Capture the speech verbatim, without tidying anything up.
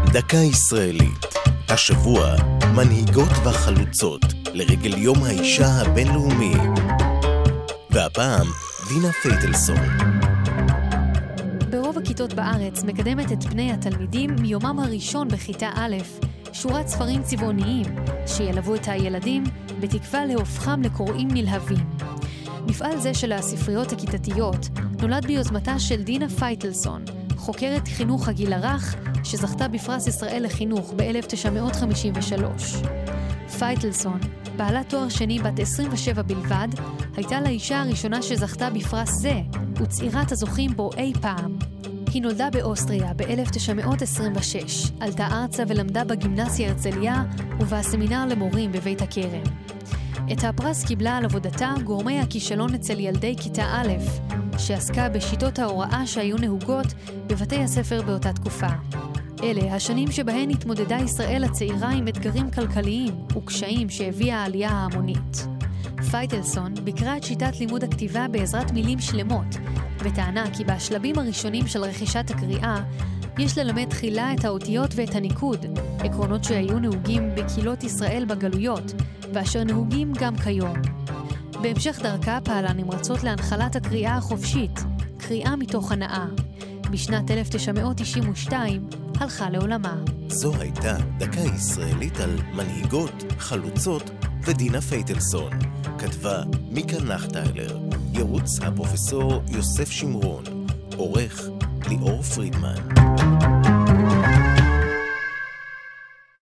דקה ישראלית. השבוע מנהיגות וחלוצות לרגל יום האישה הבינלאומי. והפעם דינה פייטלסון. ברוב הכיתות בארץ מקדמת את פני התלמידים מיומם הראשון בכיתה א' שורת ספרים צבעוניים שילוו את הילדים בתקווה להופכם לקוראים נלהבים. מפעל זה של הספריות הכיתתיות נולד ביוזמתה של דינה פייטלסון, חוקרת חינוך הגיל הרך שזכתה בפרס ישראל לחינוך ב-אלף תשע מאות חמישים ושלוש. פייטלסון, בעלת תואר שני בת עשרים ושבע בלבד, הייתה לאישה הראשונה שזכתה בפרס זה וצעירת הזוכים בו אי פעם. היא נולדה באוסטריה ב-אלף תשע מאות עשרים ושש, עלתה ארצה ולמדה בגימנסיה הרצליה ובסמינר למורים בבית הכרם. את הפרס קיבלה על עבודתה גורמי הכישלון אצל ילדי כיתה א', שעסקה בשיטות ההוראה שהיו נהוגות בבתי הספר באותה תקופה. אלה השנים שבהן התמודדה ישראל הצעירה עם אתגרים כלכליים וקשיים שהביאה העלייה ההמונית. פייטלסון ביקרה את שיטת לימוד הכתיבה בעזרת מילים שלמות, וטענה כי בשלבים הראשונים של רכישת הקריאה יש ללמד תחילה את האותיות ואת הניקוד, עקרונות שהיו נהוגים בקהילות ישראל בגלויות, ואשר נהוגים גם כיום. בהמשך דרכה פעלה נמרצות להנחלת הקריאה החופשית, קריאה מתוך הנאה. בשנת אלף תשע מאות תשעים ושתיים הלכה לעולמה. זו הייתה דקה ישראלית על מנהיגות, חלוצות ודינה פייטלסון. כתבה מיקה נחטיילר, ייעוץ הפרופסור יוסף שמרון, עורך ליאור פרידמן.